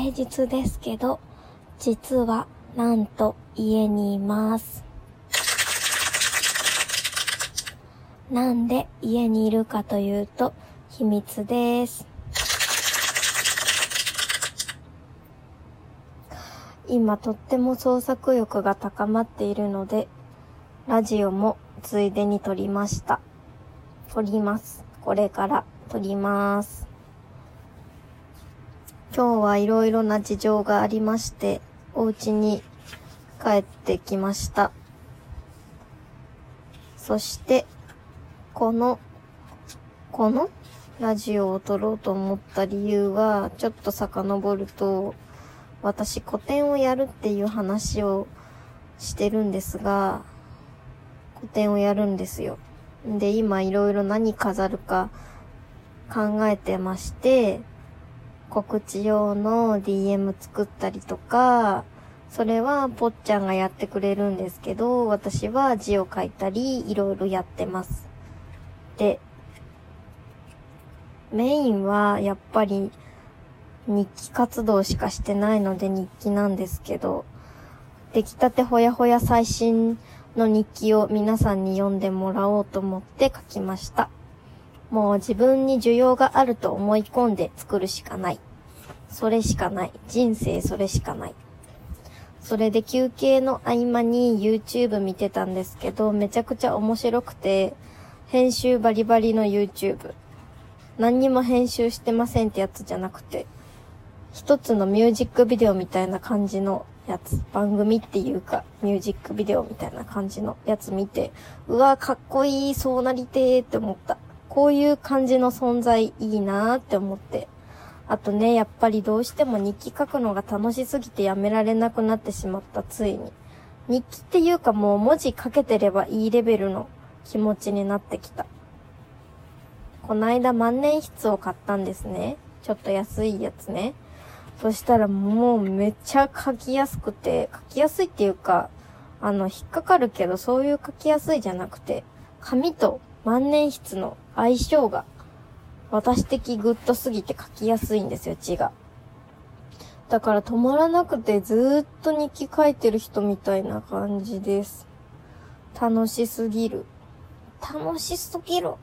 平日ですけど、実はなんと家にいます。なんで家にいるかというと秘密です。今とっても創作欲が高まっているので、ラジオもついでに撮りました。撮ります。これから撮ります。今日はいろいろな事情がありまして、お家に帰ってきました。そして、このラジオを撮ろうと思った理由は、ちょっと遡ると、私個展をやるっていう話をしてるんですが、個展をやるんですよ。で、今いろいろ何飾るか考えてまして、告知用の DM 作ったりとか、それはぽっちゃんがやってくれるんですけど、私は字を書いたりいろいろやってます。で、メインはやっぱり日記活動しかしてないので日記なんですけど、出来たてほやほや最新の日記を皆さんに読んでもらおうと思って書きました。もう自分に需要があると思い込んで作るしかない。それしかない。人生それしかない。それで休憩の合間に YouTube 見てたんですけど、めちゃくちゃ面白くて、編集バリバリの YouTube。何にも編集してませんってやつじゃなくて、一つのミュージックビデオみたいな感じのやつ、番組っていうかミュージックビデオみたいな感じのやつ見て、うわかっこいい、そうなりてーって思った。こういう感じの存在いいなーって思って。あとね、やっぱりどうしても日記書くのが楽しすぎてやめられなくなってしまった、ついに。日記っていうかもう文字書けてればいいレベルの気持ちになってきた。こないだ万年筆を買ったんですね。ちょっと安いやつね。そしたらもうめっちゃ書きやすくて、書きやすいっていうか、引っかかるけどそういう書きやすいじゃなくて、紙と万年筆の相性が私的グッドすぎて書きやすいんですよ、字が。だから止まらなくてずーっと日記書いてる人みたいな感じです。楽しすぎる。楽しすぎる。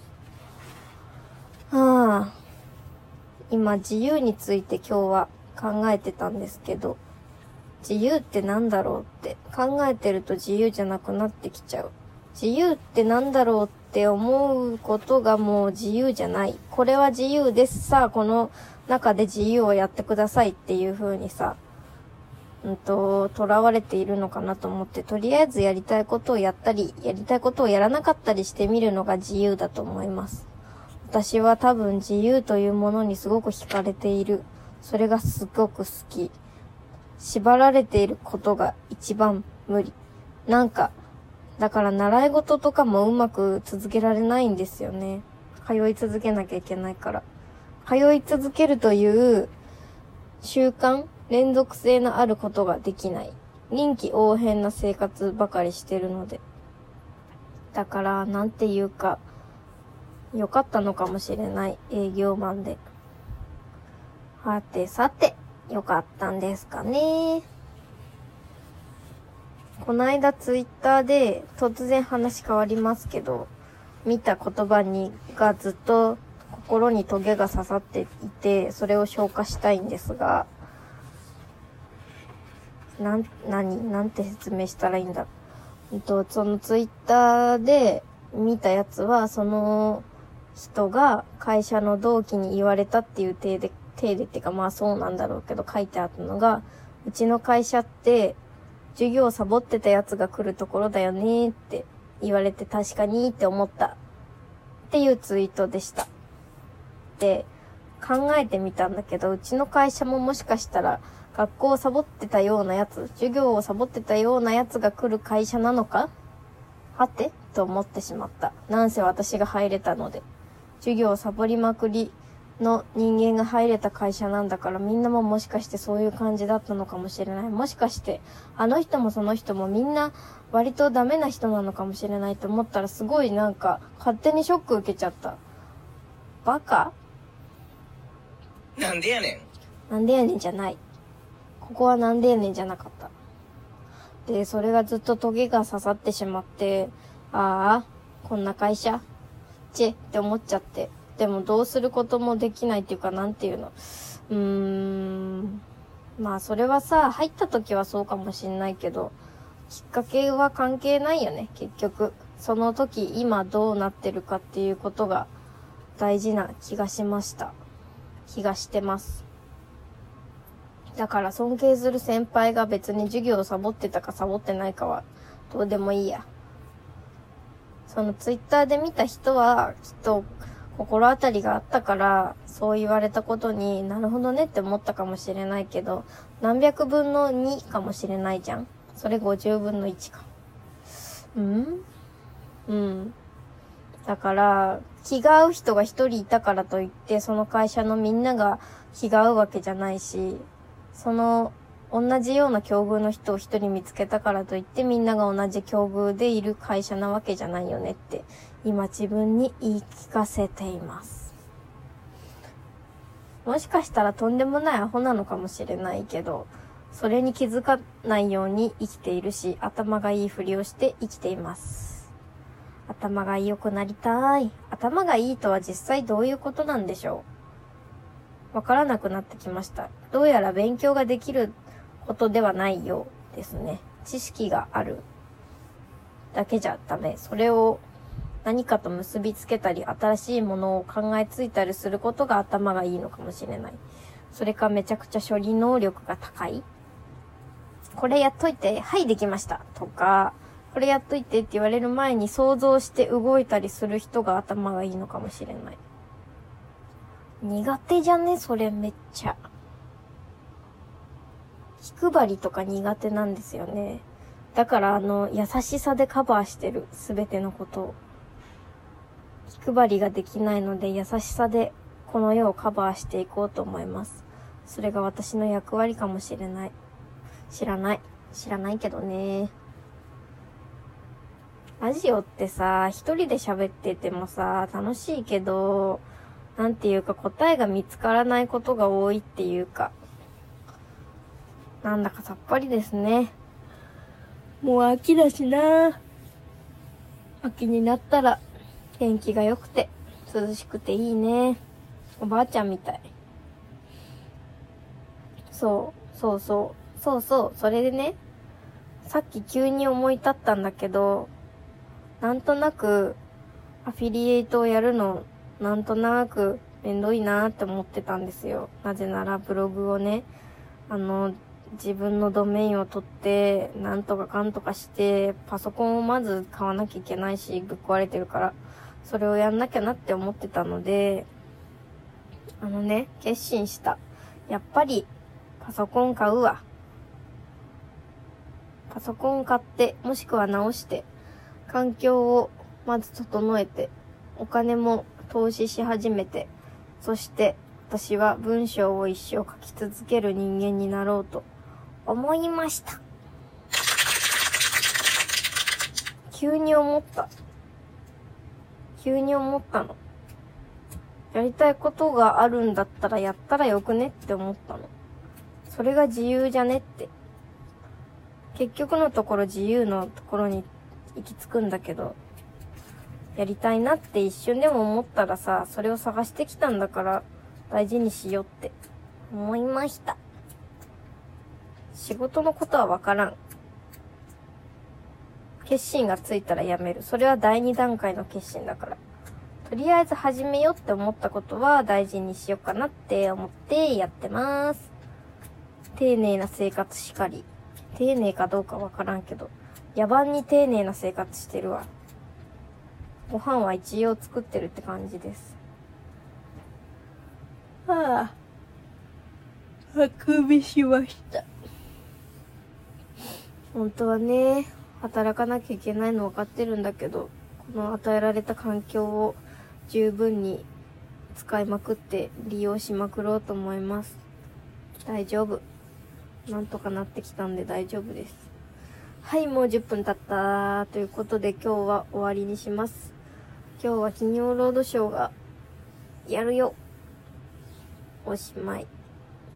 今自由について今日は考えてたんですけど、自由ってなんだろうって考えてると自由じゃなくなってきちゃう。自由ってなんだろうって思うことがもう自由じゃない。これは自由です。さあ、この中で自由をやってくださいっていう風にさ、囚われているのかなと思って、とりあえずやりたいことをやったり、やりたいことをやらなかったりしてみるのが自由だと思います。私は多分自由というものにすごく惹かれている。それがすごく好き。縛られていることが一番無理。だから習い事とかもうまく続けられないんですよね。通い続けなきゃいけないから。通い続けるという習慣、連続性のあることができない。臨機応変な生活ばかりしてるので。だから、なんていうか、良かったのかもしれない。営業マンで。はてさて、良かったんですかね。こないだツイッターで突然話変わりますけど、見た言葉がずっと心にトゲが刺さっていて、それを消化したいんですが、なんて説明したらいいんだ。そのツイッターで見たやつは、その人が会社の同期に言われたっていう体でってかまあそうなんだろうけど書いてあったのが、うちの会社って授業をサボってたやつが来るところだよねって言われて確かにって思ったっていうツイートでした。で、考えてみたんだけど、うちの会社ももしかしたら学校をサボってたようなやつ、授業をサボってたようなやつが来る会社なのかはてと思ってしまった。なんせ私が入れたので。授業をサボりまくりの人間が入れた会社なんだから、みんなももしかしてそういう感じだったのかもしれない。もしかしてあの人もその人もみんな割とダメな人なのかもしれないと思ったら、すごい勝手にショック受けちゃった。バカ？ なんでやねん。 なんでやねんじゃない。ここはなんでやねんじゃなかった。で、それがずっとトゲが刺さってしまって、ああ、こんな会社って思っちゃって。でもどうすることもできないっていうか、なんていうの。まあそれはさ、入った時はそうかもしんないけど、きっかけは関係ないよね、結局。その時、今どうなってるかっていうことが大事な気がしました。気がしてます。だから尊敬する先輩が別に授業をサボってたかサボってないかはどうでもいいや。そのツイッターで見た人はきっと心当たりがあったからそう言われたことになるほどねって思ったかもしれないけど、何百分の2かもしれないじゃん。それ50分の1か。だから気が合う人が一人いたからといってその会社のみんなが気が合うわけじゃないし、その同じような境遇の人を一人見つけたからといってみんなが同じ境遇でいる会社なわけじゃないよねって今自分に言い聞かせています。もしかしたらとんでもないアホなのかもしれないけど、それに気づかないように生きているし、頭がいいふりをして生きています。頭が良くなりたい。頭がいいとは実際どういうことなんでしょう。わからなくなってきました。どうやら勉強ができることではないようですね。知識があるだけじゃダメ。それを何かと結びつけたり、新しいものを考えついたりすることが頭がいいのかもしれない。それかめちゃくちゃ処理能力が高い。これやっといて、はいできましたとか、これやっといてって言われる前に想像して動いたりする人が頭がいいのかもしれない。苦手じゃねそれめっちゃ。気配りとか苦手なんですよね。だから優しさでカバーしてる。すべてのことを。気配りができないので優しさでこの世をカバーしていこうと思います。それが私の役割かもしれない。知らないけどね。ラジオってさ、一人で喋っててもさ、楽しいけど、なんていうか答えが見つからないことが多いっていうか、なんだかさっぱりですね。もう秋だしな。秋になったら天気が良くて涼しくていいね。おばあちゃんみたい。そう、それでね、さっき急に思い立ったんだけど、なんとなくアフィリエイトをやるのなんとなくめんどいなーって思ってたんですよ。なぜならブログをね、自分のドメインを取ってなんとかかんとかしてパソコンをまず買わなきゃいけないし、ぶっ壊れてるからそれをやんなきゃなって思ってたので、決心した。やっぱりパソコン買うわ。パソコン買って、もしくは直して環境をまず整えて、お金も投資し始めて、そして私は文章を一生書き続ける人間になろうと思いました。急に思ったの。やりたいことがあるんだったらやったらよくねって思ったの。それが自由じゃねって。結局のところ自由のところに行き着くんだけど、やりたいなって一瞬でも思ったらさ、それを探してきたんだから大事にしようって思いました。仕事のことはわからん。決心がついたらやめる。それは第2段階の決心だから。とりあえず始めようって思ったことは大事にしようかなって思ってやってます。丁寧な生活しかり。丁寧かどうかわからんけど、野蛮に丁寧な生活してるわ。ご飯は一応作ってるって感じです。あくびしました。本当はね、働かなきゃいけないの分かってるんだけど、この与えられた環境を十分に使いまくって利用しまくろうと思います。大丈夫。なんとかなってきたんで大丈夫です。はい、もう10分経ったということで今日は終わりにします。今日は金曜ロードショーがやるよ。おしまい。